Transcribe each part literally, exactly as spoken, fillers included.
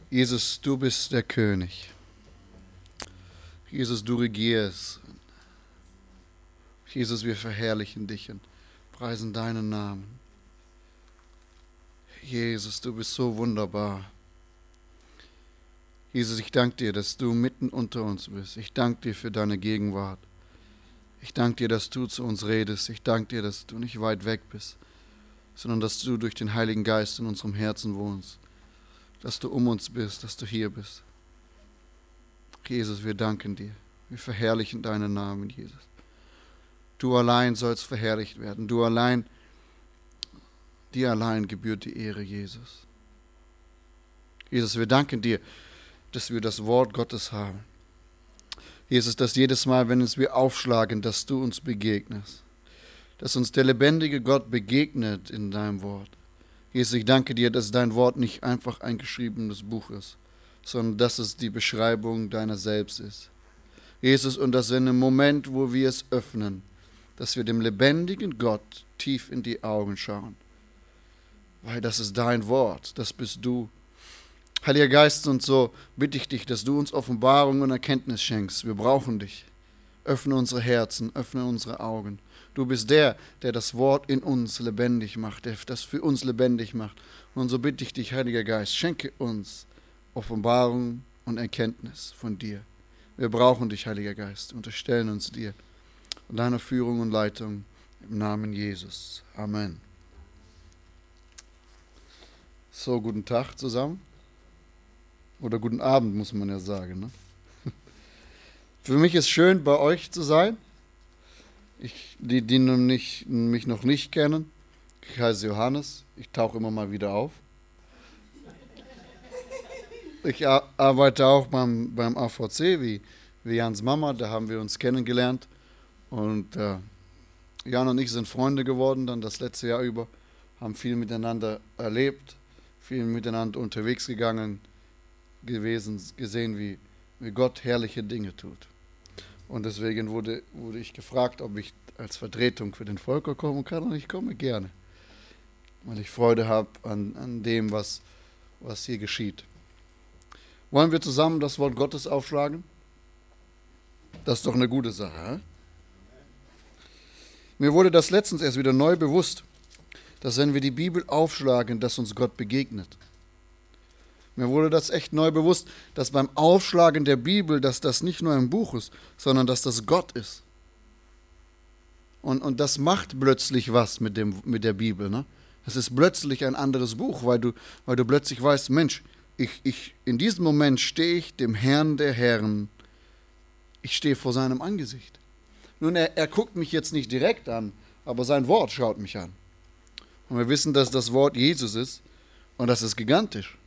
Jesus, du bist der König. Jesus, du regierst. Jesus, wir verherrlichen dich und preisen deinen Namen. Jesus, du bist so wunderbar. Jesus, ich danke dir, dass du mitten unter uns bist. Ich danke dir für deine Gegenwart. Ich danke dir, dass du zu uns redest. Ich danke dir, dass du nicht weit weg bist, sondern dass du durch den Heiligen Geist in unserem Herzen wohnst. Dass du um uns bist, dass du hier bist. Jesus, wir danken dir. Wir verherrlichen deinen Namen, Jesus. Du allein sollst verherrlicht werden. Du allein, dir allein gebührt die Ehre, Jesus. Jesus, wir danken dir, dass wir das Wort Gottes haben. Jesus, dass jedes Mal, wenn es wir aufschlagen, dass du uns begegnest. Dass uns der lebendige Gott begegnet in deinem Wort. Jesus, ich danke dir, dass dein Wort nicht einfach ein geschriebenes Buch ist, sondern dass es die Beschreibung deiner selbst ist. Jesus, und dass in dem Moment, wo wir es öffnen, dass wir dem lebendigen Gott tief in die Augen schauen. Weil das ist dein Wort, das bist du. Heiliger Geist, und so bitte ich dich, dass du uns Offenbarung und Erkenntnis schenkst. Wir brauchen dich. Öffne unsere Herzen, öffne unsere Augen. Du bist der, der das Wort in uns lebendig macht, der das für uns lebendig macht. Und so bitte ich dich, Heiliger Geist, schenke uns Offenbarung und Erkenntnis von dir. Wir brauchen dich, Heiliger Geist, unterstellen uns dir und deiner Führung und Leitung im Namen Jesus. Amen. So, guten Tag zusammen. Oder guten Abend, muss man ja sagen. Ne? Für mich ist schön, bei euch zu sein. Ich, die, die nicht, mich noch nicht kennen, ich heiße Johannes. Ich tauche immer mal wieder auf. Ich arbeite auch beim, beim A V C, wie, wie Jans Mama. Da haben wir uns kennengelernt. Und äh, Jan und ich sind Freunde geworden, dann das letzte Jahr über. Haben viel miteinander erlebt, viel miteinander unterwegs gegangen, gewesen, gesehen, wie, wie Gott herrliche Dinge tut. Und deswegen wurde, wurde ich gefragt, ob ich als Vertretung für den Volker kommen kann, und ich komme gerne, weil ich Freude habe an, an dem, was, was hier geschieht. Wollen wir zusammen das Wort Gottes aufschlagen? Das ist doch eine gute Sache. He? Mir wurde das letztens erst wieder neu bewusst, dass wenn wir die Bibel aufschlagen, dass uns Gott begegnet. Mir wurde das echt neu bewusst, dass beim Aufschlagen der Bibel, dass das nicht nur ein Buch ist, sondern dass das Gott ist. Und, und das macht plötzlich was mit, dem, mit der Bibel. Ne? Es ist plötzlich ein anderes Buch, weil du, weil du plötzlich weißt, Mensch, ich, ich, in diesem Moment stehe ich dem Herrn der Herren, ich stehe vor seinem Angesicht. Nun, er, er guckt mich jetzt nicht direkt an, aber sein Wort schaut mich an. Und wir wissen, dass das Wort Jesus ist, und das ist gigantisch.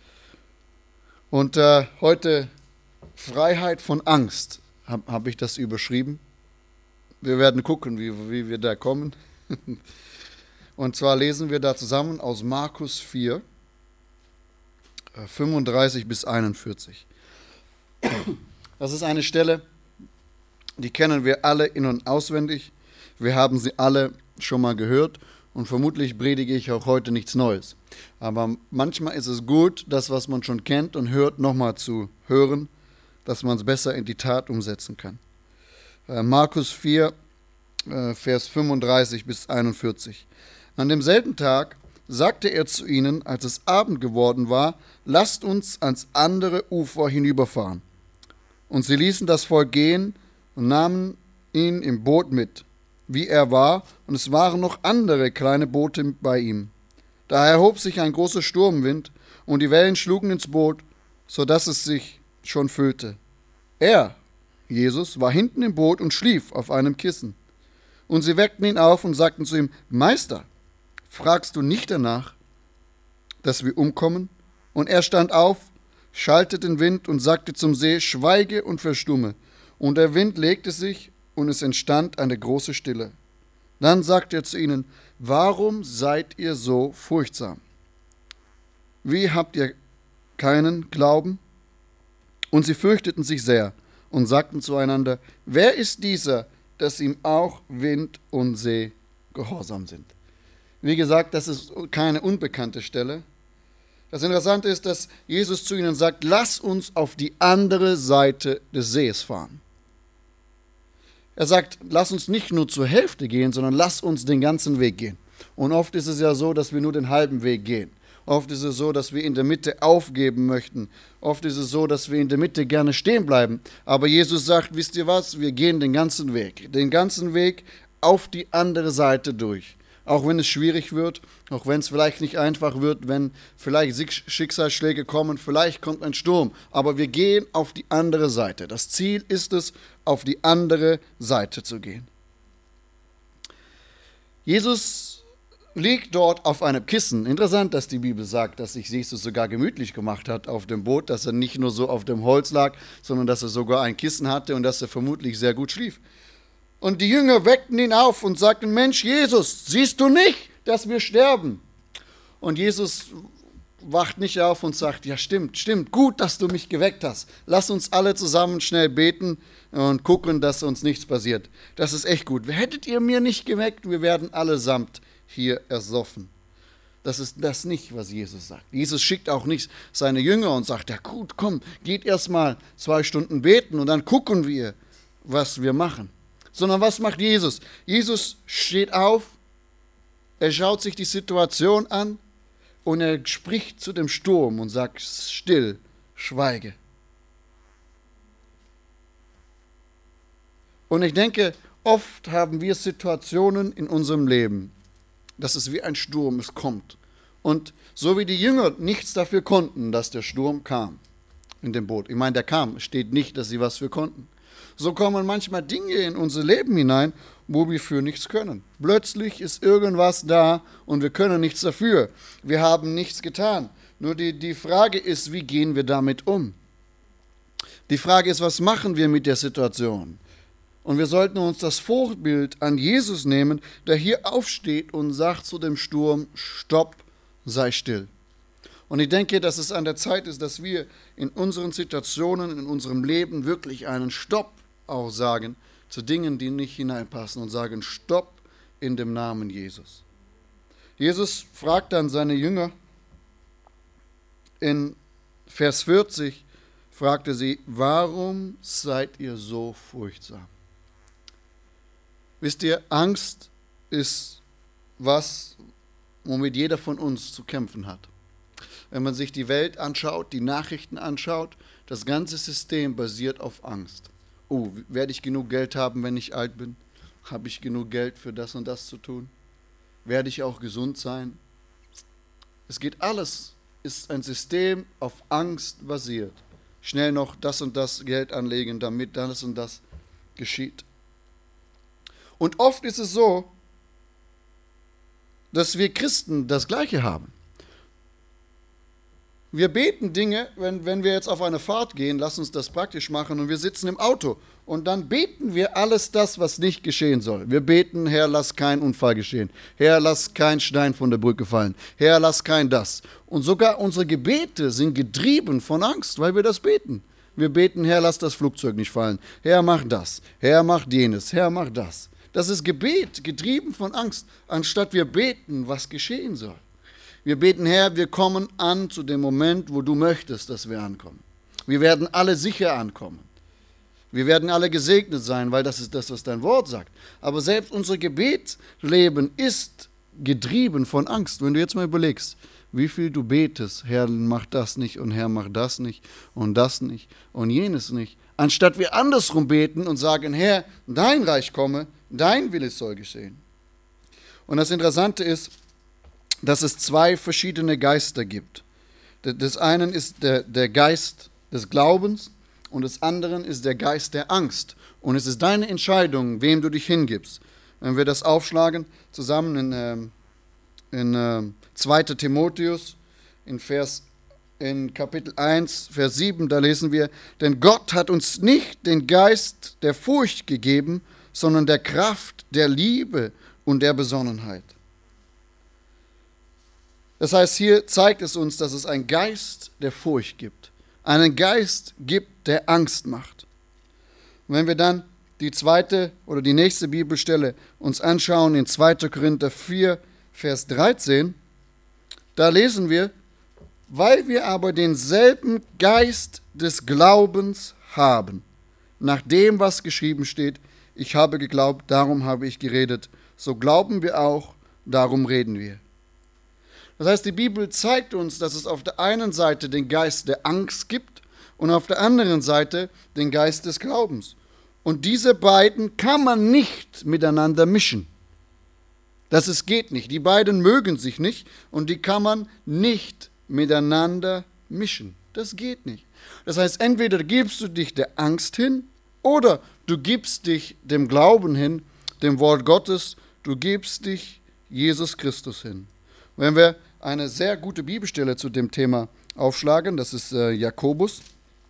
Und äh, heute Freiheit von Angst, habe hab ich das überschrieben. Wir werden gucken, wie, wie wir da kommen. Und zwar lesen wir da zusammen aus Markus vier, fünfunddreißig bis einundvierzig. Das ist eine Stelle, die kennen wir alle in- und auswendig. Wir haben sie alle schon mal gehört. Und vermutlich predige ich auch heute nichts Neues. Aber manchmal ist es gut, das, was man schon kennt und hört, nochmal zu hören, dass man es besser in die Tat umsetzen kann. Äh, Markus vier, äh, Vers fünfunddreißig bis einundvierzig. An demselben Tag sagte er zu ihnen, als es Abend geworden war, lasst uns ans andere Ufer hinüberfahren. Und sie ließen das Volk gehen und nahmen ihn im Boot mit, wie er war, und es waren noch andere kleine Boote bei ihm. Da erhob sich ein großer Sturmwind, und die Wellen schlugen ins Boot, so dass es sich schon füllte. Er, Jesus, war hinten im Boot und schlief auf einem Kissen. Und sie weckten ihn auf und sagten zu ihm, Meister, fragst du nicht danach, dass wir umkommen? Und er stand auf, schaltete den Wind und sagte zum See, schweige und verstumme. Und der Wind legte sich, und es entstand eine große Stille. Dann sagte er zu ihnen, warum seid ihr so furchtsam? Wie habt ihr keinen Glauben? Und sie fürchteten sich sehr und sagten zueinander, wer ist dieser, dass ihm auch Wind und See gehorsam sind? Wie gesagt, das ist keine unbekannte Stelle. Das Interessante ist, dass Jesus zu ihnen sagt, lass uns auf die andere Seite des Sees fahren. Er sagt, lass uns nicht nur zur Hälfte gehen, sondern lass uns den ganzen Weg gehen. Und oft ist es ja so, dass wir nur den halben Weg gehen. Oft ist es so, dass wir in der Mitte aufgeben möchten. Oft ist es so, dass wir in der Mitte gerne stehen bleiben. Aber Jesus sagt, wisst ihr was, wir gehen den ganzen Weg. Den ganzen Weg auf die andere Seite durch. Auch wenn es schwierig wird, auch wenn es vielleicht nicht einfach wird, wenn vielleicht Schicksalsschläge kommen, vielleicht kommt ein Sturm. Aber wir gehen auf die andere Seite. Das Ziel ist es, auf die andere Seite zu gehen. Jesus liegt dort auf einem Kissen. Interessant, dass die Bibel sagt, dass sich Jesus sogar gemütlich gemacht hat auf dem Boot, dass er nicht nur so auf dem Holz lag, sondern dass er sogar ein Kissen hatte und dass er vermutlich sehr gut schlief. Und die Jünger weckten ihn auf und sagten, Mensch, Jesus, siehst du nicht, dass wir sterben? Und Jesus wacht nicht auf und sagt, ja stimmt, stimmt, gut, dass du mich geweckt hast. Lass uns alle zusammen schnell beten und gucken, dass uns nichts passiert. Das ist echt gut. Hättet ihr mir nicht geweckt, wir werden allesamt hier ersoffen. Das ist das nicht, was Jesus sagt. Jesus schickt auch nicht seine Jünger und sagt, ja gut, komm, geht erst mal zwei Stunden beten und dann gucken wir, was wir machen. Sondern was macht Jesus? Jesus steht auf, er schaut sich die Situation an und er spricht zu dem Sturm und sagt, still, schweige. Und ich denke, oft haben wir Situationen in unserem Leben, dass es wie ein Sturm, es kommt. Und so wie die Jünger nichts dafür konnten, dass der Sturm kam in dem Boot. Ich meine, der kam, steht nicht, dass sie was für konnten. So kommen manchmal Dinge in unser Leben hinein, wo wir für nichts können. Plötzlich ist irgendwas da und wir können nichts dafür. Wir haben nichts getan. Nur die, die Frage ist, wie gehen wir damit um? Die Frage ist, was machen wir mit der Situation? Und wir sollten uns das Vorbild an Jesus nehmen, der hier aufsteht und sagt zu dem Sturm, stopp, sei still. Und ich denke, dass es an der Zeit ist, dass wir in unseren Situationen, in unserem Leben wirklich einen Stopp auch sagen zu Dingen, die nicht hineinpassen und sagen, stopp in dem Namen Jesus. Jesus fragt dann seine Jünger in Vers vierzig, fragte sie, warum seid ihr so furchtsam? Wisst ihr, Angst ist was, womit jeder von uns zu kämpfen hat. Wenn man sich die Welt anschaut, die Nachrichten anschaut, das ganze System basiert auf Angst. Oh, werde ich genug Geld haben, wenn ich alt bin? Habe ich genug Geld für das und das zu tun? Werde ich auch gesund sein? Es geht alles, ist ein System auf Angst basiert. Schnell noch das und das Geld anlegen, damit das und das geschieht. Und oft ist es so, dass wir Christen das Gleiche haben. Wir beten Dinge, wenn, wenn wir jetzt auf eine Fahrt gehen, lass uns das praktisch machen und wir sitzen im Auto und dann beten wir alles das, was nicht geschehen soll. Wir beten, Herr, lass kein Unfall geschehen. Herr, lass kein Stein von der Brücke fallen. Herr, lass kein das. Und sogar unsere Gebete sind getrieben von Angst, weil wir das beten. Wir beten, Herr, lass das Flugzeug nicht fallen. Herr, mach das. Herr, mach jenes. Herr, mach das. Das ist Gebet, getrieben von Angst, anstatt wir beten, was geschehen soll. Wir beten, Herr, wir kommen an zu dem Moment, wo du möchtest, dass wir ankommen. Wir werden alle sicher ankommen. Wir werden alle gesegnet sein, weil das ist das, was dein Wort sagt. Aber selbst unser Gebetsleben ist getrieben von Angst. Wenn du jetzt mal überlegst, wie viel du betest, Herr, mach das nicht und Herr, mach das nicht und das nicht und jenes nicht. Anstatt wir andersrum beten und sagen, Herr, dein Reich komme, dein Wille soll geschehen. Und das Interessante ist, dass es zwei verschiedene Geister gibt. Das eine ist der, der Geist des Glaubens und des anderen ist der Geist der Angst. Und es ist deine Entscheidung, wem du dich hingibst. Wenn wir das aufschlagen, zusammen in, ähm, in ähm, zweiter Timotheus, in, Vers, in Kapitel eins, Vers sieben, da lesen wir, denn Gott hat uns nicht den Geist der Furcht gegeben, sondern der Kraft, der Liebe und der Besonnenheit. Das heißt, hier zeigt es uns, dass es einen Geist der Furcht gibt. Einen Geist gibt, der Angst macht. Und wenn wir dann die zweite oder die nächste Bibelstelle uns anschauen, in zweiter Korinther vier, Vers dreizehn, da lesen wir, Weil wir aber denselben Geist des Glaubens haben, nach dem, was geschrieben steht, ich habe geglaubt, darum habe ich geredet, so glauben wir auch, darum reden wir. Das heißt, die Bibel zeigt uns, dass es auf der einen Seite den Geist der Angst gibt und auf der anderen Seite den Geist des Glaubens. Und diese beiden kann man nicht miteinander mischen. Das ist, geht nicht. Die beiden mögen sich nicht und die kann man nicht miteinander mischen. Das geht nicht. Das heißt, entweder gibst du dich der Angst hin oder du gibst dich dem Glauben hin, dem Wort Gottes, du gibst dich Jesus Christus hin. Wenn wir eine sehr gute Bibelstelle zu dem Thema aufschlagen, das ist äh, Jakobus.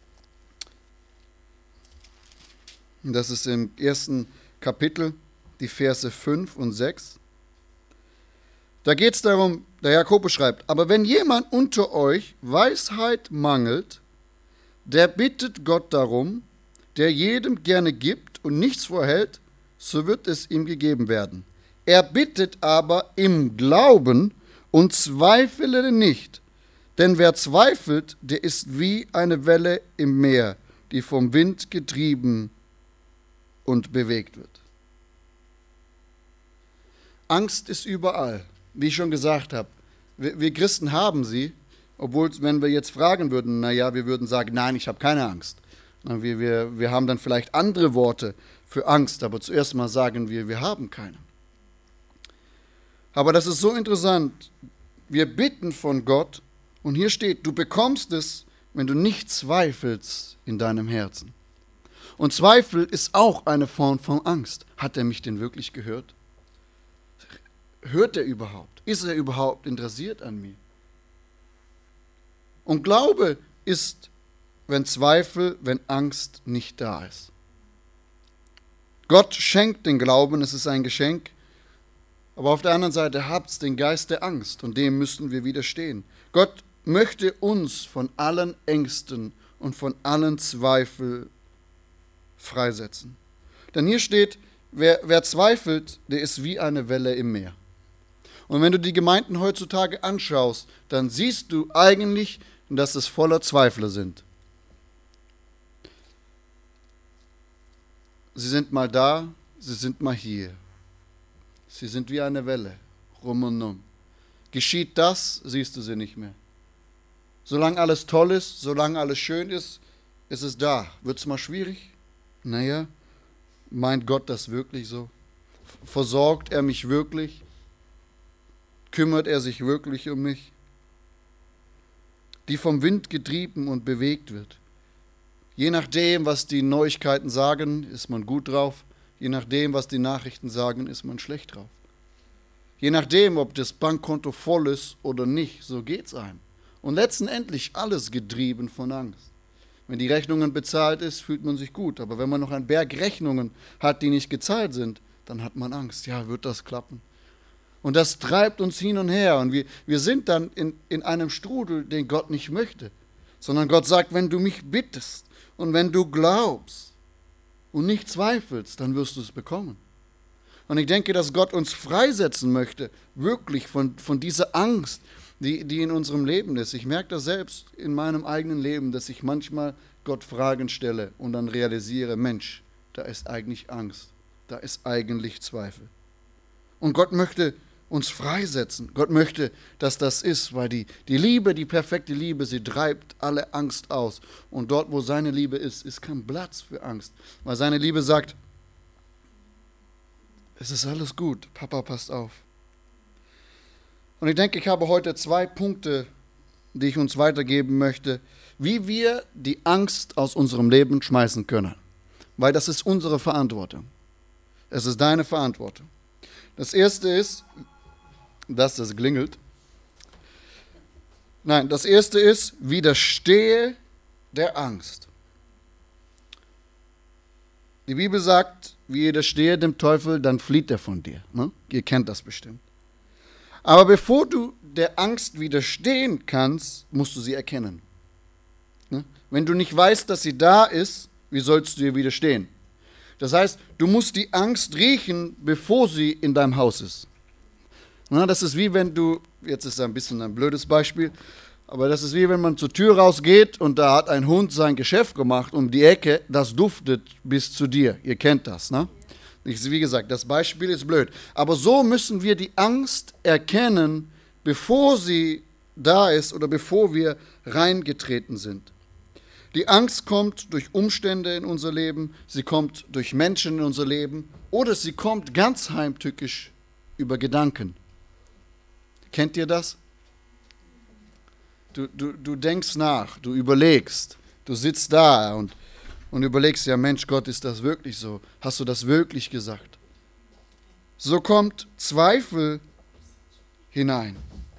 Das ist im ersten Kapitel, die Verse fünf und sechs. Da geht es darum, der Jakobus schreibt, aber wenn jemand unter euch Weisheit mangelt, der bittet Gott darum, der jedem gerne gibt und nichts vorhält, so wird es ihm gegeben werden. Er bittet aber im Glauben und zweifele nicht, denn wer zweifelt, der ist wie eine Welle im Meer, die vom Wind getrieben und bewegt wird. Angst ist überall, wie ich schon gesagt habe. Wir, wir Christen haben sie, obwohl, wenn wir jetzt fragen würden, naja, wir würden sagen, nein, ich habe keine Angst. Wir, wir, wir haben dann vielleicht andere Worte für Angst, aber zuerst mal sagen wir, wir haben keine. Aber das ist so interessant. Wir bitten von Gott und hier steht, du bekommst es, wenn du nicht zweifelst in deinem Herzen. Und Zweifel ist auch eine Form von Angst. Hat er mich denn wirklich gehört? Hört er überhaupt? Ist er überhaupt interessiert an mir? Und Glaube ist, wenn Zweifel, wenn Angst nicht da ist. Gott schenkt den Glauben, es ist ein Geschenk. Aber auf der anderen Seite habt ihr den Geist der Angst und dem müssen wir widerstehen. Gott möchte uns von allen Ängsten und von allen Zweifeln freisetzen. Denn hier steht, wer, wer zweifelt, der ist wie eine Welle im Meer. Und wenn du die Gemeinden heutzutage anschaust, dann siehst du eigentlich, dass es voller Zweifler sind. Sie sind mal da, sie sind mal hier. Sie sind wie eine Welle, rum und um. Geschieht das, siehst du sie nicht mehr. Solange alles toll ist, solange alles schön ist, ist es da. Wird es mal schwierig? Naja, meint Gott das wirklich so? Versorgt er mich wirklich? Kümmert er sich wirklich um mich? Die vom Wind getrieben und bewegt wird. Je nachdem, was die Neuigkeiten sagen, ist man gut drauf. Je nachdem, was die Nachrichten sagen, ist man schlecht drauf. Je nachdem, ob das Bankkonto voll ist oder nicht, so geht's einem. Und letztendlich alles getrieben von Angst. Wenn die Rechnungen bezahlt ist, fühlt man sich gut. Aber wenn man noch einen Berg Rechnungen hat, die nicht gezahlt sind, dann hat man Angst. Ja, wird das klappen? Und das treibt uns hin und her. Und wir, wir sind dann in, in einem Strudel, den Gott nicht möchte. Sondern Gott sagt, wenn du mich bittest und wenn du glaubst und nicht zweifelst, dann wirst du es bekommen. Und ich denke, dass Gott uns freisetzen möchte, wirklich von, von dieser Angst, die, die in unserem Leben ist. Ich merke das selbst in meinem eigenen Leben, dass ich manchmal Gott Fragen stelle und dann realisiere, Mensch, da ist eigentlich Angst, da ist eigentlich Zweifel. Und Gott möchte uns freisetzen. Gott möchte, dass das ist, weil die, die Liebe, die perfekte Liebe, sie treibt alle Angst aus. Und dort, wo seine Liebe ist, ist kein Platz für Angst. Weil seine Liebe sagt, es ist alles gut, Papa passt auf. Und ich denke, ich habe heute zwei Punkte, die ich uns weitergeben möchte, wie wir die Angst aus unserem Leben schmeißen können. Weil das ist unsere Verantwortung. Es ist deine Verantwortung. Das erste ist, dass das klingelt. Nein, das erste ist, widerstehe der Angst. Die Bibel sagt, widerstehe dem Teufel, dann flieht er von dir. Ne? Ihr kennt das bestimmt. Aber bevor du der Angst widerstehen kannst, musst du sie erkennen. Ne? Wenn du nicht weißt, dass sie da ist, wie sollst du ihr widerstehen? Das heißt, du musst die Angst riechen, bevor sie in deinem Haus ist. Na, das ist wie wenn du, jetzt ist ein bisschen ein blödes Beispiel, Aber das ist wie wenn man zur Tür rausgeht und da hat ein Hund sein Geschäft gemacht um die Ecke, das duftet bis zu dir. Ihr kennt das, ne? Wie gesagt, das Beispiel ist blöd. Aber so müssen wir die Angst erkennen, bevor sie da ist oder bevor wir reingetreten sind. Die Angst kommt durch Umstände in unser Leben, sie kommt durch Menschen in unser Leben oder sie kommt ganz heimtückisch über Gedanken. Kennt ihr das? Du, du, du denkst nach, du überlegst, du sitzt da und, und überlegst, ja Mensch Gott, ist das wirklich so? Hast du das wirklich gesagt? So kommt Zweifel hinein.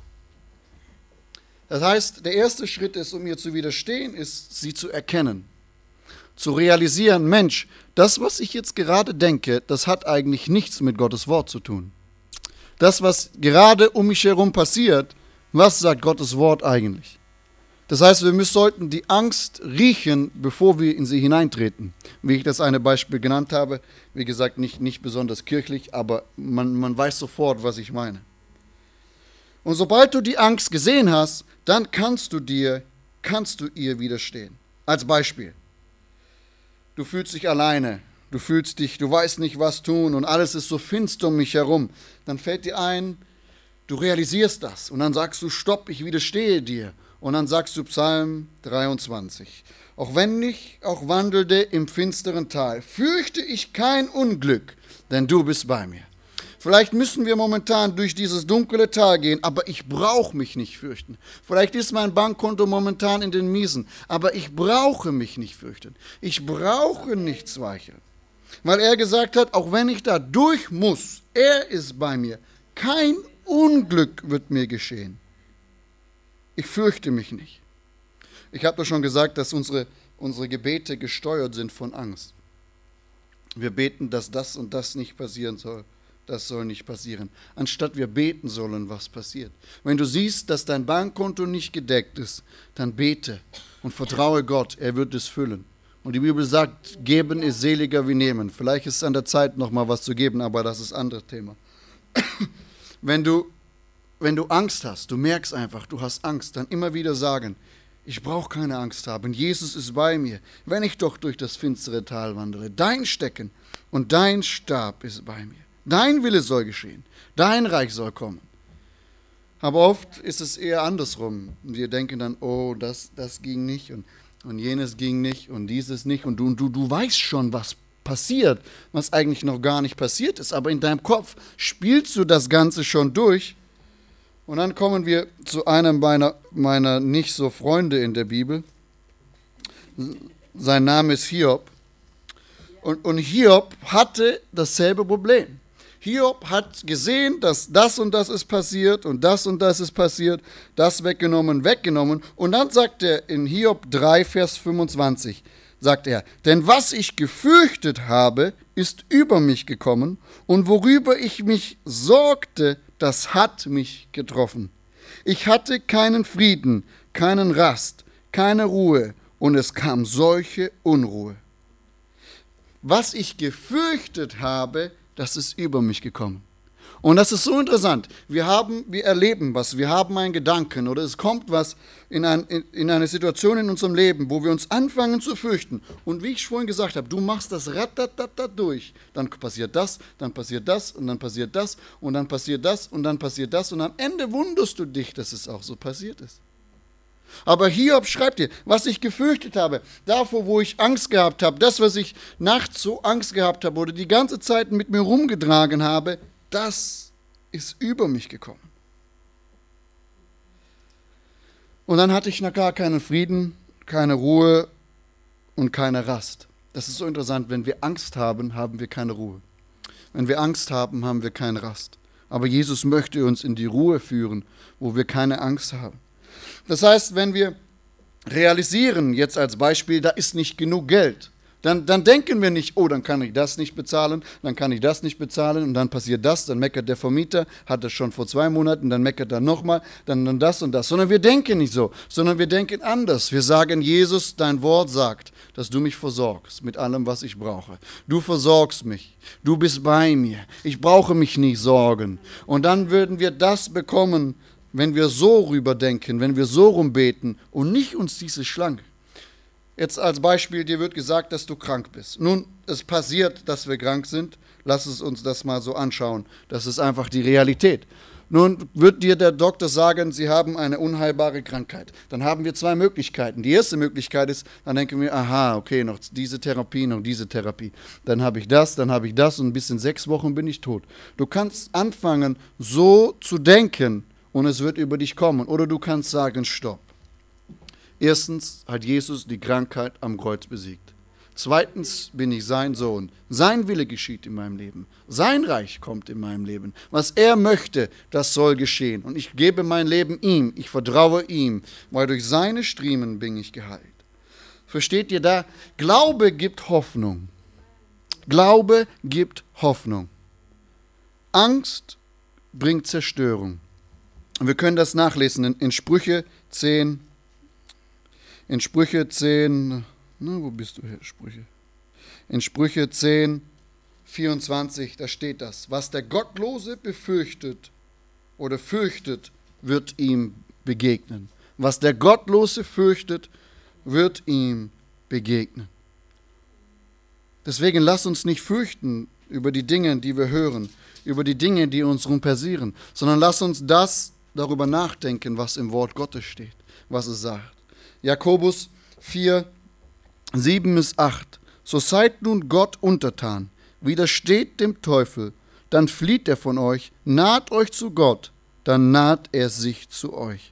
Das heißt, der erste Schritt ist, um ihr zu widerstehen, ist, sie zu erkennen. Zu realisieren, Mensch, das, was ich jetzt gerade denke, das hat eigentlich nichts mit Gottes Wort zu tun. Das, was gerade um mich herum passiert, was sagt Gottes Wort eigentlich? Das heißt, wir müssen, sollten die Angst riechen, bevor wir in sie hineintreten. Wie ich das eine Beispiel genannt habe, wie gesagt, nicht, nicht besonders kirchlich, aber man, man weiß sofort, was ich meine. Und sobald du die Angst gesehen hast, dann kannst du dir, kannst du ihr widerstehen. Als Beispiel. Du fühlst dich alleine, du fühlst dich, du weißt nicht, was tun und alles ist so finster um mich herum. Dann fällt dir ein, du realisierst das und dann sagst du, stopp, ich widerstehe dir. Und dann sagst du Psalm dreiundzwanzig. Auch wenn ich auch wandelte im finsteren Tal, fürchte ich kein Unglück, denn du bist bei mir. Vielleicht müssen wir momentan durch dieses dunkle Tal gehen, aber ich brauche mich nicht fürchten. Vielleicht ist mein Bankkonto momentan in den Miesen, aber ich brauche mich nicht fürchten. Ich brauche nicht zweifeln. Weil er gesagt hat, auch wenn ich da durch muss, er ist bei mir. Kein Unglück wird mir geschehen. Ich fürchte mich nicht. Ich habe doch schon gesagt, dass unsere, unsere Gebete gesteuert sind von Angst. Wir beten, dass das und das nicht passieren soll. Das soll nicht passieren. Anstatt wir beten sollen, was passiert. Wenn du siehst, dass dein Bankkonto nicht gedeckt ist, dann bete und vertraue Gott, er wird es füllen. Und die Bibel sagt, geben ist seliger wie nehmen. Vielleicht ist es an der Zeit, nochmal was zu geben, aber das ist ein anderes Thema. Wenn du, wenn du Angst hast, du merkst einfach, du hast Angst, dann immer wieder sagen, ich brauche keine Angst haben, Jesus ist bei mir, wenn ich doch durch das finstere Tal wandere. Dein Stecken und dein Stab ist bei mir. Dein Wille soll geschehen, dein Reich soll kommen. Aber oft ist es eher andersrum. Wir denken dann, oh, das, das ging nicht und, und jenes ging nicht und dieses nicht. Und du, du, du weißt schon, was passiert, was eigentlich noch gar nicht passiert ist. Aber in deinem Kopf spielst du das Ganze schon durch. Und dann kommen wir zu einem meiner, meiner nicht so Freunde in der Bibel. Sein Name ist Hiob. Und, und Hiob hatte dasselbe Problem. Hiob hat gesehen, dass das und das ist passiert und das und das ist passiert, das weggenommen, weggenommen. Und dann sagt er in Hiob drei, Vers fünfundzwanzig, sagt er, denn was ich gefürchtet habe, ist über mich gekommen und worüber ich mich sorgte, das hat mich getroffen. Ich hatte keinen Frieden, keinen Rast, keine Ruhe und es kam solche Unruhe. Was ich gefürchtet habe, das ist über mich gekommen. Und das ist so interessant. Wir haben, wir erleben was, wir haben einen Gedanken oder es kommt was in, ein, in, in eine Situation in unserem Leben, wo wir uns anfangen zu fürchten. Und wie ich vorhin gesagt habe, du machst das ratatatat durch. Dann passiert das, dann passiert das und dann passiert das und dann passiert das und dann passiert das und am Ende wunderst du dich, dass es auch so passiert ist. Aber Hiob schreibt dir, was ich gefürchtet habe, davor, wo ich Angst gehabt habe, das, was ich nachts so Angst gehabt habe oder die ganze Zeit mit mir rumgetragen habe, das ist über mich gekommen. Und dann hatte ich noch gar keinen Frieden, keine Ruhe und keine Rast. Das ist so interessant, wenn wir Angst haben, haben wir keine Ruhe. Wenn wir Angst haben, haben wir keine Rast. Aber Jesus möchte uns in die Ruhe führen, wo wir keine Angst haben. Das heißt, wenn wir realisieren, jetzt als Beispiel, da ist nicht genug Geld, dann, dann denken wir nicht, oh, dann kann ich das nicht bezahlen, dann kann ich das nicht bezahlen und dann passiert das, dann meckert der Vermieter, hat das schon vor zwei Monaten, dann meckert er nochmal, dann, dann das und das. Sondern wir denken nicht so, sondern wir denken anders. Wir sagen, Jesus, dein Wort sagt, dass du mich versorgst mit allem, was ich brauche. Du versorgst mich, du bist bei mir, ich brauche mich nicht sorgen. Und dann würden wir das bekommen, wenn wir so rüberdenken, wenn wir so rumbeten und nicht uns diese Schlange. Jetzt als Beispiel, dir wird gesagt, dass du krank bist. Nun, es passiert, dass wir krank sind. Lass es uns das mal so anschauen. Das ist einfach die Realität. Nun wird dir der Doktor sagen, Sie haben eine unheilbare Krankheit. Dann haben wir zwei Möglichkeiten. Die erste Möglichkeit ist, dann denken wir, aha, okay, noch diese Therapie, noch diese Therapie. Dann habe ich das, dann habe ich das und bis in sechs Wochen bin ich tot. Du kannst anfangen, so zu denken und es wird über dich kommen. Oder du kannst sagen, stopp. Erstens hat Jesus die Krankheit am Kreuz besiegt. Zweitens bin ich sein Sohn. Sein Wille geschieht in meinem Leben. Sein Reich kommt in meinem Leben. Was er möchte, das soll geschehen. Und ich gebe mein Leben ihm. Ich vertraue ihm, weil durch seine Striemen bin ich geheilt. Versteht ihr da? Glaube gibt Hoffnung. Glaube gibt Hoffnung. Angst bringt Zerstörung. Und wir können das nachlesen in, in Sprüche zehn. In Sprüche zehn... Na, wo bist du her, Sprüche? In Sprüche zehn, vierundzwanzig, da steht das. Was der Gottlose befürchtet oder fürchtet, wird ihm begegnen. Was der Gottlose fürchtet, wird ihm begegnen. Deswegen lass uns nicht fürchten über die Dinge, die wir hören, über die Dinge, die uns rum passieren, sondern lass uns das darüber nachdenken, was im Wort Gottes steht, was es sagt. Jakobus vier, sieben bis acht. So seid nun Gott untertan, widersteht dem Teufel, dann flieht er von euch, naht euch zu Gott, dann naht er sich zu euch.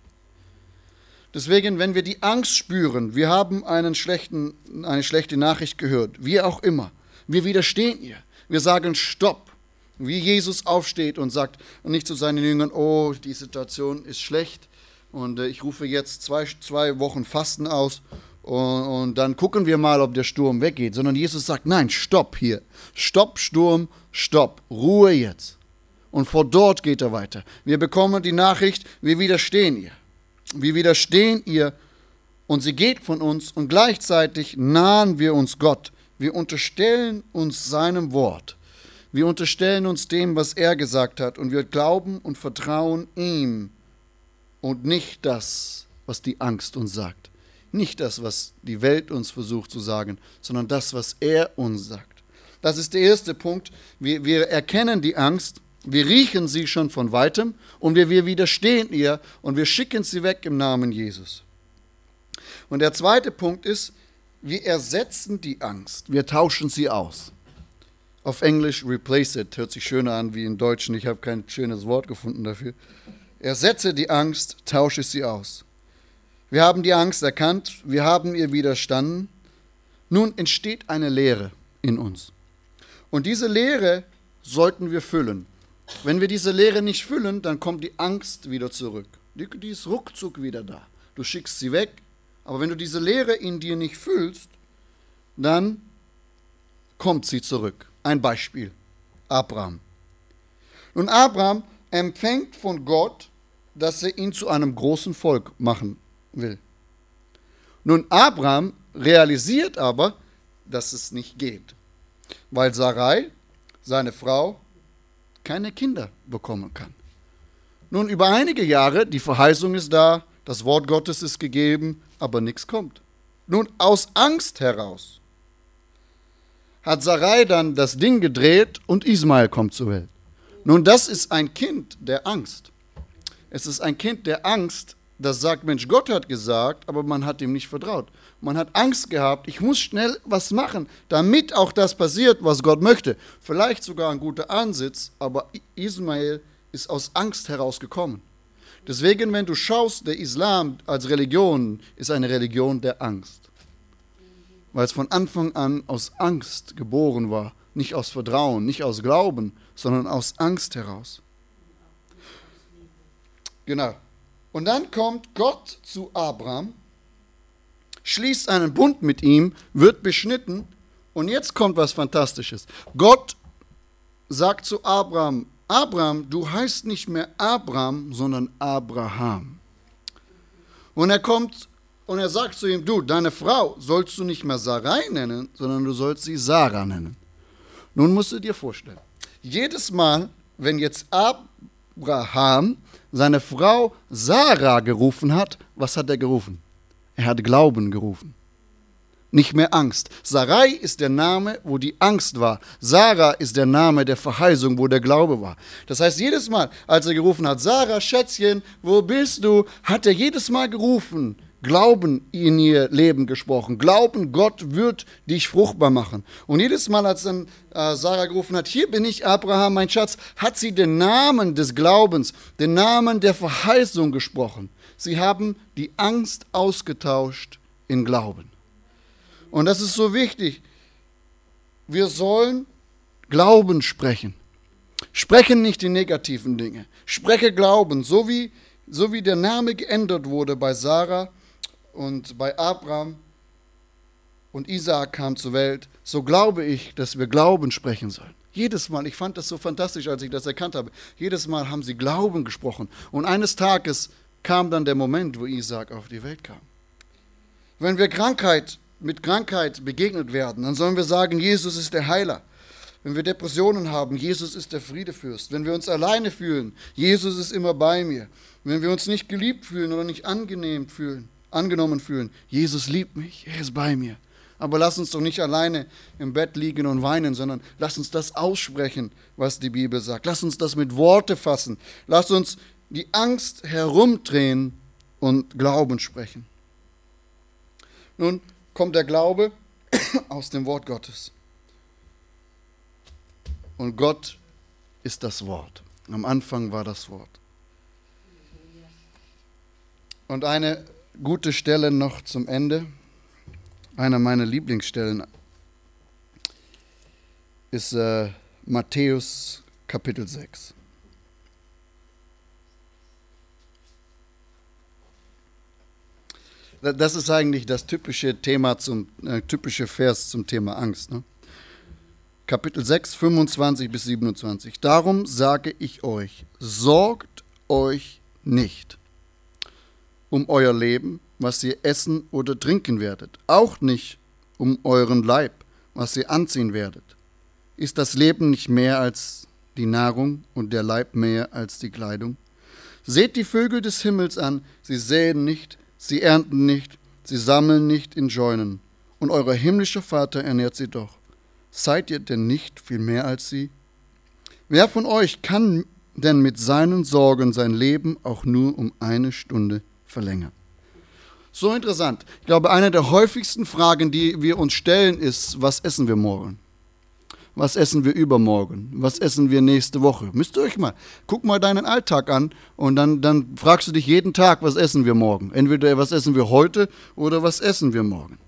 Deswegen, wenn wir die Angst spüren, wir haben einen schlechten, eine schlechte Nachricht gehört, wie auch immer, wir widerstehen ihr. Wir sagen Stopp, wie Jesus aufsteht und sagt, und nicht zu seinen Jüngern, oh, die Situation ist schlecht und ich rufe jetzt zwei, zwei Wochen Fasten aus. Und, und dann gucken wir mal, ob der Sturm weggeht. Sondern Jesus sagt, nein, stopp hier. Stopp, Sturm, stopp. Ruhe jetzt. Und von dort geht er weiter. Wir bekommen die Nachricht, wir widerstehen ihr. Wir widerstehen ihr und sie geht von uns und gleichzeitig nahen wir uns Gott. Wir unterstellen uns seinem Wort. Wir unterstellen uns dem, was er gesagt hat und wir glauben und vertrauen ihm und nicht das, was die Angst uns sagt. Nicht das, was die Welt uns versucht zu sagen, sondern das, was er uns sagt. Das ist der erste Punkt. Wir, wir erkennen die Angst, wir riechen sie schon von weitem und wir, wir widerstehen ihr und wir schicken sie weg im Namen Jesus. Und der zweite Punkt ist, wir ersetzen die Angst, wir tauschen sie aus. Auf Englisch replace it, hört sich schöner an wie im Deutschen, ich habe kein schönes Wort gefunden dafür. Ersetze die Angst, tausche sie aus. Wir haben die Angst erkannt, wir haben ihr widerstanden. Nun entsteht eine Leere in uns. Und diese Leere sollten wir füllen. Wenn wir diese Leere nicht füllen, dann kommt die Angst wieder zurück. Die, die ist ruckzuck wieder da. Du schickst sie weg, aber wenn du diese Leere in dir nicht füllst, dann kommt sie zurück. Ein Beispiel, Abraham. Nun, Abraham empfängt von Gott, dass er ihn zu einem großen Volk machen will. Nun, Abraham realisiert aber, dass es nicht geht, weil Sarai, seine Frau, keine Kinder bekommen kann. Nun, über einige Jahre, die Verheißung ist da, das Wort Gottes ist gegeben, aber nichts kommt. Nun, aus Angst heraus hat Sarai dann das Ding gedreht und Ismael kommt zur Welt. Nun, das ist ein Kind der Angst. Es ist ein Kind der Angst, das sagt, Mensch, Gott hat gesagt, aber man hat ihm nicht vertraut. Man hat Angst gehabt, ich muss schnell was machen, damit auch das passiert, was Gott möchte. Vielleicht sogar ein guter Ansatz, aber Ismael ist aus Angst herausgekommen. Deswegen, wenn du schaust, der Islam als Religion ist eine Religion der Angst. Weil es von Anfang an aus Angst geboren war. Nicht aus Vertrauen, nicht aus Glauben, sondern aus Angst heraus. Genau. Und dann kommt Gott zu Abraham, schließt einen Bund mit ihm, wird beschnitten und jetzt kommt was Fantastisches. Gott sagt zu Abraham, Abraham, du heißt nicht mehr Abraham, sondern Abraham. Und er kommt und er sagt zu ihm, du, deine Frau sollst du nicht mehr Sarai nennen, sondern du sollst sie Sarah nennen. Nun musst du dir vorstellen, jedes Mal, wenn jetzt Ab- Abraham seine Frau Sarah gerufen hat, was hat er gerufen? Er hat Glauben gerufen. Nicht mehr Angst. Sarai ist der Name, wo die Angst war. Sarah ist der Name der Verheißung, wo der Glaube war. Das heißt, jedes Mal, als er gerufen hat, Sarah, Schätzchen, wo bist du, hat er jedes Mal gerufen, Glauben in ihr Leben gesprochen. Glauben, Gott wird dich fruchtbar machen. Und jedes Mal, als dann äh, Sarah gerufen hat, hier bin ich, Abraham, mein Schatz, hat sie den Namen des Glaubens, den Namen der Verheißung gesprochen. Sie haben die Angst ausgetauscht in Glauben. Und das ist so wichtig. Wir sollen Glauben sprechen. Sprechen nicht die negativen Dinge. Spreche Glauben, so wie, so wie der Name geändert wurde bei Sarah und bei Abraham und Isaak kam zur Welt. So glaube ich, dass wir Glauben sprechen sollen. Jedes Mal, ich fand das so fantastisch, als ich das erkannt habe. Jedes Mal haben sie Glauben gesprochen. Und eines Tages kam dann der Moment, wo Isaak auf die Welt kam. Wenn wir Krankheit mit Krankheit begegnet werden, dann sollen wir sagen, Jesus ist der Heiler. Wenn wir Depressionen haben, Jesus ist der Friedefürst. Wenn wir uns alleine fühlen, Jesus ist immer bei mir. Wenn wir uns nicht geliebt fühlen oder nicht angenehm fühlen, angenommen fühlen, Jesus liebt mich, er ist bei mir. Aber lass uns doch nicht alleine im Bett liegen und weinen, sondern lass uns das aussprechen, was die Bibel sagt. Lass uns das mit Worte fassen. Lass uns die Angst herumdrehen und Glauben sprechen. Nun kommt der Glaube aus dem Wort Gottes. Und Gott ist das Wort. Am Anfang war das Wort. Und eine gute Stelle noch zum Ende. Eine meiner Lieblingsstellen ist äh, Matthäus Kapitel sechs. Das ist eigentlich das typische Thema zum äh, typische Vers zum Thema Angst. Ne? Kapitel sechs, fünfundzwanzig bis siebenundzwanzig. Darum sage ich euch, sorgt euch nicht um euer Leben, was ihr essen oder trinken werdet, auch nicht um euren Leib, was ihr anziehen werdet. Ist das Leben nicht mehr als die Nahrung und der Leib mehr als die Kleidung? Seht die Vögel des Himmels an, sie säen nicht, sie ernten nicht, sie sammeln nicht in Scheunen, und euer himmlischer Vater ernährt sie doch. Seid ihr denn nicht viel mehr als sie? Wer von euch kann denn mit seinen Sorgen sein Leben auch nur um eine Stunde verlängern? So interessant. Ich glaube, eine der häufigsten Fragen, die wir uns stellen, ist, was essen wir morgen? Was essen wir übermorgen? Was essen wir nächste Woche? Müsst ihr euch mal, guck mal deinen Alltag an und dann, dann fragst du dich jeden Tag, was essen wir morgen? Entweder was essen wir heute oder was essen wir morgen?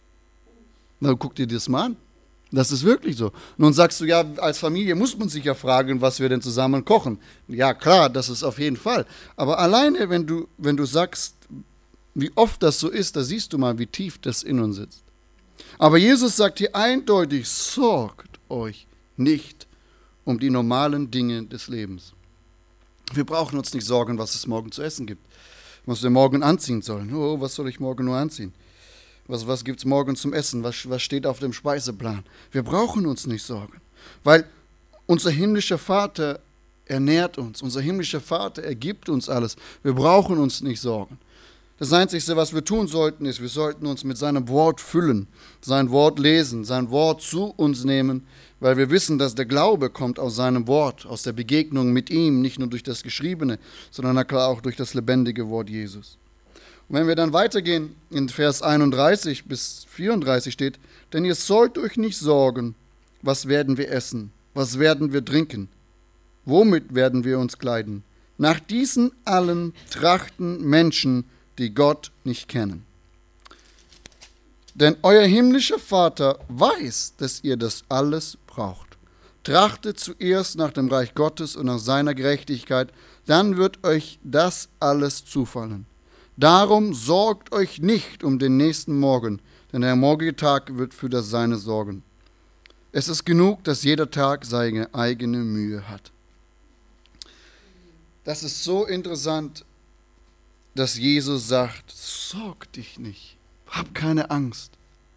Na, guck dir das mal an. Das ist wirklich so. Nun sagst du, ja, als Familie muss man sich ja fragen, was wir denn zusammen kochen. Ja, klar, das ist auf jeden Fall. Aber alleine, wenn du, wenn du sagst, wie oft das so ist, da siehst du mal, wie tief das in uns sitzt. Aber Jesus sagt hier eindeutig, sorgt euch nicht um die normalen Dinge des Lebens. Wir brauchen uns nicht sorgen, was es morgen zu essen gibt, was wir morgen anziehen sollen. Oh, was soll ich morgen nur anziehen? Was, was gibt es morgen zum Essen? Was, was steht auf dem Speiseplan? Wir brauchen uns nicht sorgen, weil unser himmlischer Vater ernährt uns. Unser himmlischer Vater ergibt uns alles. Wir brauchen uns nicht sorgen. Das Einzige, was wir tun sollten, ist, wir sollten uns mit seinem Wort füllen, sein Wort lesen, sein Wort zu uns nehmen, weil wir wissen, dass der Glaube kommt aus seinem Wort, aus der Begegnung mit ihm, nicht nur durch das Geschriebene, sondern na klar auch durch das lebendige Wort Jesus. Und wenn wir dann weitergehen, in Vers einunddreißig bis vierunddreißig steht, denn ihr sollt euch nicht sorgen, was werden wir essen, was werden wir trinken, womit werden wir uns kleiden. Nach diesen allen trachten Menschen, die Gott nicht kennen. Denn euer himmlischer Vater weiß, dass ihr das alles braucht. Trachtet zuerst nach dem Reich Gottes und nach seiner Gerechtigkeit, dann wird euch das alles zufallen. Darum sorgt euch nicht um den nächsten Morgen, denn der morgige Tag wird für das Seine sorgen. Es ist genug, dass jeder Tag seine eigene Mühe hat. Das ist so interessant, dass Jesus sagt, sorg dich nicht, hab keine Angst.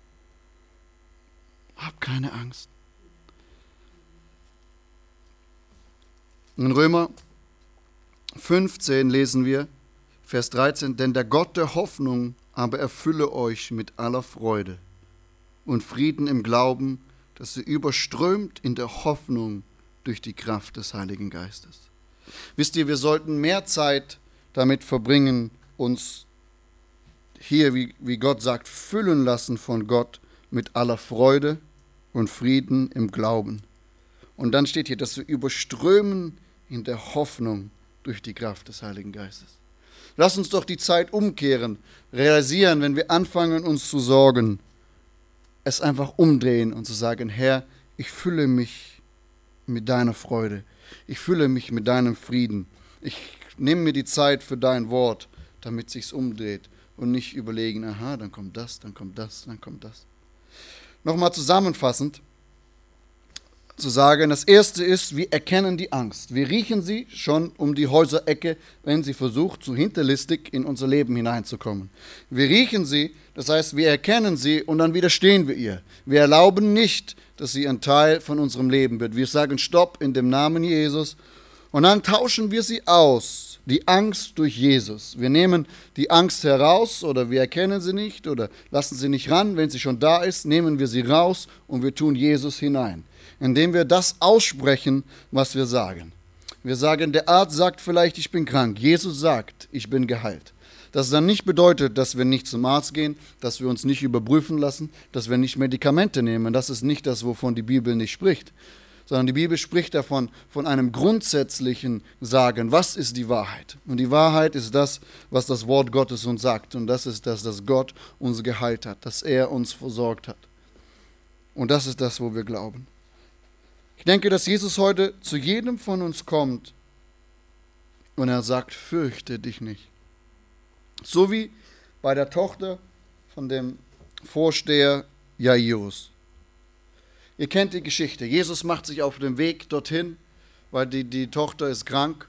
Hab keine Angst. In Römer fünfzehn lesen wir, Vers dreizehn, denn der Gott der Hoffnung aber erfülle euch mit aller Freude und Frieden im Glauben, dass ihr überströmt in der Hoffnung durch die Kraft des Heiligen Geistes. Wisst ihr, wir sollten mehr Zeit damit verbringen, uns hier, wie, wie Gott sagt, füllen lassen von Gott mit aller Freude und Frieden im Glauben. Und dann steht hier, dass wir überströmen in der Hoffnung durch die Kraft des Heiligen Geistes. Lass uns doch die Zeit umkehren, realisieren, wenn wir anfangen, uns zu sorgen, es einfach umdrehen und zu sagen, Herr, ich fülle mich mit deiner Freude, ich fülle mich mit deinem Frieden, ich nehme mir die Zeit für dein Wort, damit es sich umdreht und nicht überlegen, aha, dann kommt das, dann kommt das, dann kommt das. Nochmal zusammenfassend zu sagen, das Erste ist, wir erkennen die Angst. Wir riechen sie schon um die Häuserecke, wenn sie versucht, zu hinterlistig in unser Leben hineinzukommen. Wir riechen sie, das heißt, wir erkennen sie und dann widerstehen wir ihr. Wir erlauben nicht, dass sie ein Teil von unserem Leben wird. Wir sagen Stopp in dem Namen Jesus und dann tauschen wir sie aus, die Angst durch Jesus. Wir nehmen die Angst heraus oder wir erkennen sie nicht oder lassen sie nicht ran. Wenn sie schon da ist, nehmen wir sie raus und wir tun Jesus hinein, indem wir das aussprechen, was wir sagen. Wir sagen, der Arzt sagt vielleicht, ich bin krank. Jesus sagt, ich bin geheilt. Das dann nicht bedeutet, dass wir nicht zum Arzt gehen, dass wir uns nicht überprüfen lassen, dass wir nicht Medikamente nehmen. Das ist nicht das, wovon die Bibel nicht spricht. Sondern die Bibel spricht davon, von einem grundsätzlichen Sagen, was ist die Wahrheit? Und die Wahrheit ist das, was das Wort Gottes uns sagt. Und das ist das, dass Gott uns geheilt hat, dass er uns versorgt hat. Und das ist das, wo wir glauben. Ich denke, dass Jesus heute zu jedem von uns kommt und er sagt, fürchte dich nicht. So wie bei der Tochter von dem Vorsteher Jairus. Ihr kennt die Geschichte. Jesus macht sich auf den Weg dorthin, weil die, die Tochter ist krank.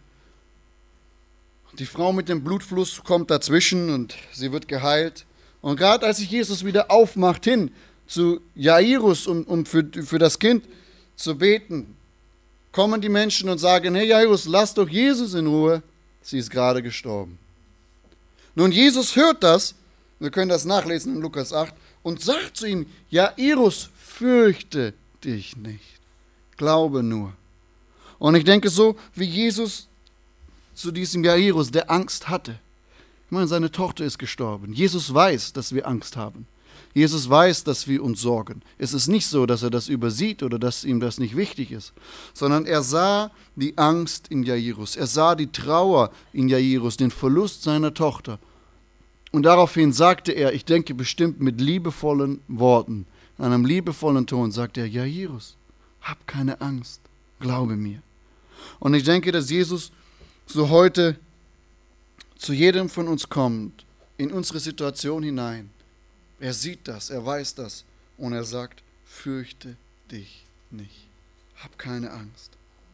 Die Frau mit dem Blutfluss kommt dazwischen und sie wird geheilt. Und gerade als sich Jesus wieder aufmacht hin zu Jairus, um, um für, für das Kind zu beten, kommen die Menschen und sagen, hey Jairus, lass doch Jesus in Ruhe, sie ist gerade gestorben. Nun, Jesus hört das, wir können das nachlesen in Lukas acht, und sagt zu ihm, Jairus, fürchte dich nicht, glaube nur. Und ich denke so, wie Jesus zu diesem Jairus, der Angst hatte. Ich meine, seine Tochter ist gestorben. Jesus weiß, dass wir Angst haben. Jesus weiß, dass wir uns sorgen. Es ist nicht so, dass er das übersieht oder dass ihm das nicht wichtig ist, sondern er sah die Angst in Jairus. Er sah die Trauer in Jairus, den Verlust seiner Tochter. Und daraufhin sagte er, ich denke bestimmt mit liebevollen Worten, in einem liebevollen Ton, sagte er, Jairus, hab keine Angst, glaube mir. Und ich denke, dass Jesus so heute zu jedem von uns kommt, in unsere Situation hinein. Er sieht das, er weiß das und er sagt, fürchte dich nicht, hab keine Angst.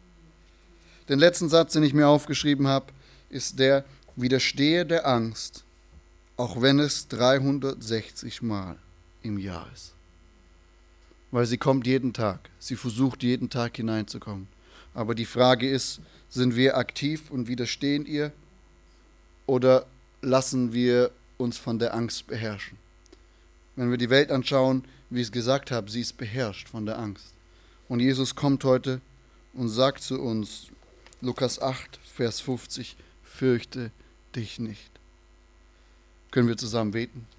Den letzten Satz, den ich mir aufgeschrieben habe, ist der, widerstehe der Angst, auch wenn es dreihundertsechzig Mal im Jahr ist. Weil sie kommt jeden Tag, sie versucht jeden Tag hineinzukommen. Aber die Frage ist, sind wir aktiv und widerstehen ihr oder lassen wir uns von der Angst beherrschen? Wenn wir die Welt anschauen, wie ich es gesagt habe, sie ist beherrscht von der Angst. Und Jesus kommt heute und sagt zu uns, Lukas acht, Vers fünfzig, fürchte dich nicht. Können wir zusammen beten?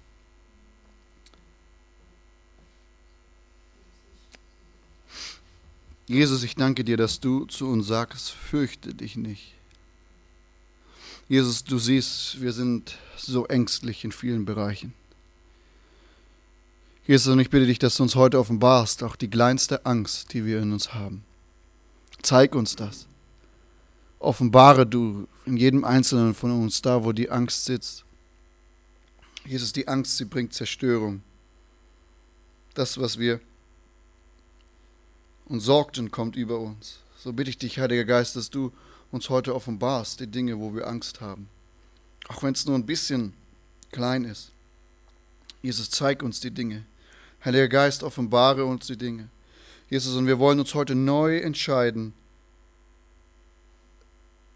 Jesus, ich danke dir, dass du zu uns sagst, fürchte dich nicht. Jesus, du siehst, wir sind so ängstlich in vielen Bereichen. Jesus, und ich bitte dich, dass du uns heute offenbarst, auch die kleinste Angst, die wir in uns haben. Zeig uns das. Offenbare du in jedem Einzelnen von uns da, wo die Angst sitzt. Jesus, die Angst, sie bringt Zerstörung. Das, was wir uns sorgten, kommt über uns. So bitte ich dich, Heiliger Geist, dass du uns heute offenbarst, die Dinge, wo wir Angst haben. Auch wenn es nur ein bisschen klein ist. Jesus, zeig uns die Dinge. Heiliger Geist, offenbare uns die Dinge. Jesus, und wir wollen uns heute neu entscheiden,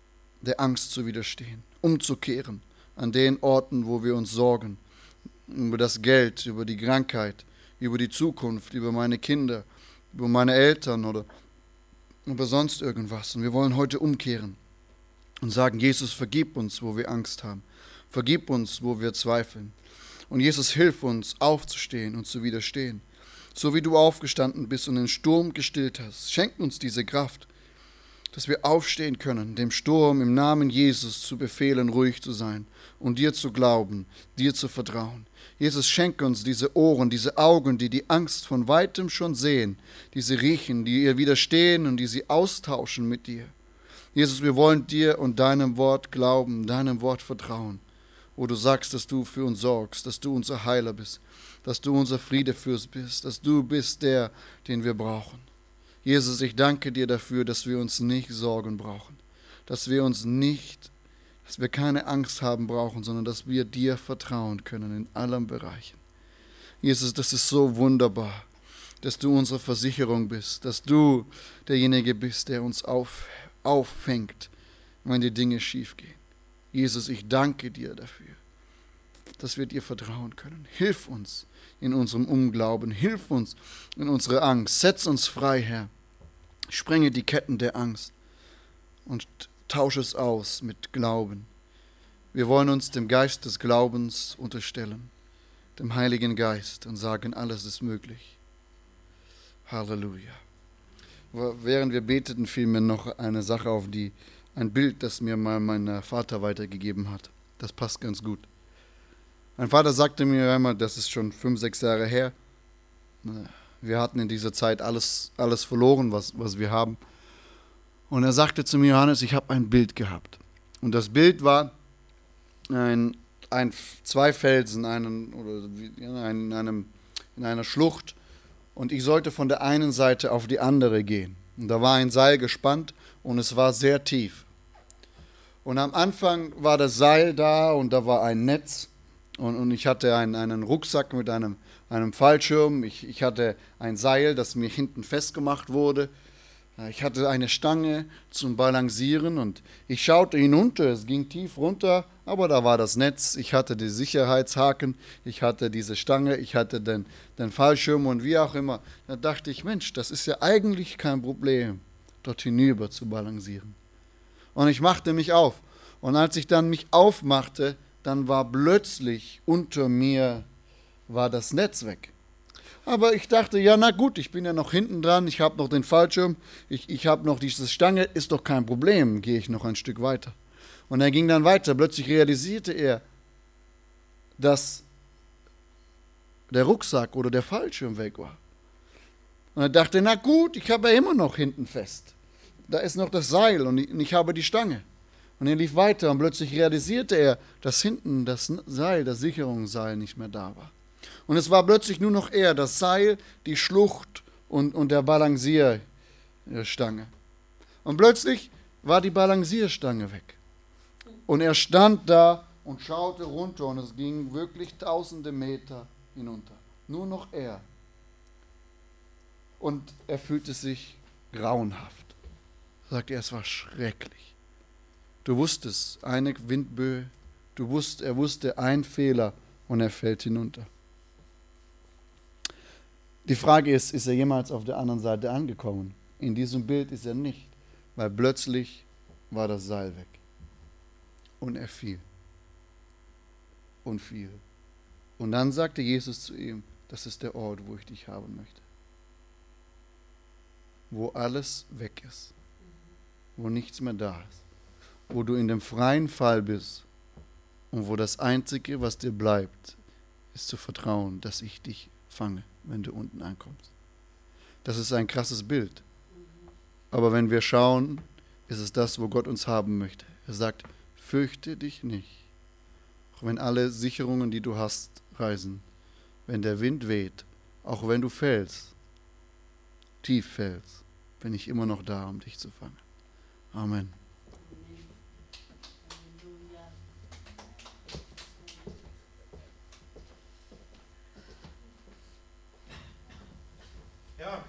der Angst zu widerstehen, umzukehren an den Orten, wo wir uns sorgen, über das Geld, über die Krankheit, über die Zukunft, über meine Kinder, über meine Eltern oder über sonst irgendwas. Und wir wollen heute umkehren und sagen, Jesus, vergib uns, wo wir Angst haben. Vergib uns, wo wir zweifeln. Und Jesus, hilf uns, aufzustehen und zu widerstehen. So wie du aufgestanden bist und den Sturm gestillt hast. Schenk uns diese Kraft, dass wir aufstehen können, dem Sturm im Namen Jesus zu befehlen, ruhig zu sein und dir zu glauben, dir zu vertrauen. Jesus, schenke uns diese Ohren, diese Augen, die die Angst von weitem schon sehen, die sie riechen, die ihr widerstehen und die sie austauschen mit dir. Jesus, wir wollen dir und deinem Wort glauben, deinem Wort vertrauen, wo du sagst, dass du für uns sorgst, dass du unser Heiler bist, dass du unser Friedefürst bist, dass du bist der, den wir brauchen. Jesus, ich danke dir dafür, dass wir uns nicht Sorgen brauchen, dass wir uns nicht, dass wir keine Angst haben brauchen, sondern dass wir dir vertrauen können in allen Bereichen. Jesus, das ist so wunderbar, dass du unsere Versicherung bist, dass du derjenige bist, der uns auf, auffängt, wenn die Dinge schief gehen. Jesus, ich danke dir dafür, dass wir dir vertrauen können. Hilf uns in unserem Unglauben, hilf uns in unserer Angst, setz uns frei, Herr. Sprenge die Ketten der Angst und tausche es aus mit Glauben. Wir wollen uns dem Geist des Glaubens unterstellen, dem Heiligen Geist, und sagen, alles ist möglich. Halleluja. Während wir beteten, fiel mir noch eine Sache auf, die ein Bild, das mir mal mein Vater weitergegeben hat. Das passt ganz gut. Mein Vater sagte mir einmal, das ist schon fünf, sechs Jahre her, wir hatten in dieser Zeit alles, alles verloren, was, was wir haben. Und er sagte zu mir, Johannes, ich habe ein Bild gehabt. Und das Bild war ein, ein, zwei Felsen einen, oder in, einem, in einer Schlucht. Und ich sollte von der einen Seite auf die andere gehen. Und da war ein Seil gespannt und es war sehr tief. Und am Anfang war das Seil da und da war ein Netz. Und, und ich hatte einen, einen Rucksack mit einem, einem Fallschirm. Ich, ich hatte ein Seil, das mir hinten festgemacht wurde. Ich hatte eine Stange zum Balancieren und ich schaute hinunter. Es ging tief runter, aber da war das Netz. Ich hatte die Sicherheitshaken, ich hatte diese Stange, ich hatte den, den Fallschirm und wie auch immer. Da dachte ich, Mensch, das ist ja eigentlich kein Problem, dort hinüber zu balancieren. Und ich machte mich auf. Und als ich dann mich aufmachte, dann war plötzlich unter mir war das Netz weg. Aber ich dachte, ja, na gut, ich bin ja noch hinten dran, ich habe noch den Fallschirm, ich, ich habe noch diese Stange, ist doch kein Problem, gehe ich noch ein Stück weiter. Und er ging dann weiter, plötzlich realisierte er, dass der Rucksack oder der Fallschirm weg war. Und er dachte, na gut, ich habe ja immer noch hinten fest. Da ist noch das Seil und ich, und ich habe die Stange. Und er lief weiter und plötzlich realisierte er, dass hinten das Seil, das Sicherungsseil nicht mehr da war. Und es war plötzlich nur noch er, das Seil, die Schlucht und, und der Balancierstange. Und plötzlich war die Balancierstange weg. Und er stand da und schaute runter und es ging wirklich tausende Meter hinunter. Nur noch er. Und er fühlte sich grauenhaft. Er sagte, es war schrecklich. Du wusstest, eine Windböe, du wusst, er wusste, ein Fehler und er fällt hinunter. Die Frage ist, ist er jemals auf der anderen Seite angekommen? In diesem Bild ist er nicht, weil plötzlich war das Seil weg. Und er fiel. Und fiel. Und dann sagte Jesus zu ihm, das ist der Ort, wo ich dich haben möchte. Wo alles weg ist. Wo nichts mehr da ist. Wo du in dem freien Fall bist. Und wo das Einzige, was dir bleibt, ist zu vertrauen, dass ich dich fange, wenn du unten ankommst. Das ist ein krasses Bild. Aber wenn wir schauen, ist es das, wo Gott uns haben möchte. Er sagt, fürchte dich nicht. Auch wenn alle Sicherungen, die du hast, reisen. Wenn der Wind weht, auch wenn du fällst, tief fällst, bin ich immer noch da, um dich zu fangen. Amen.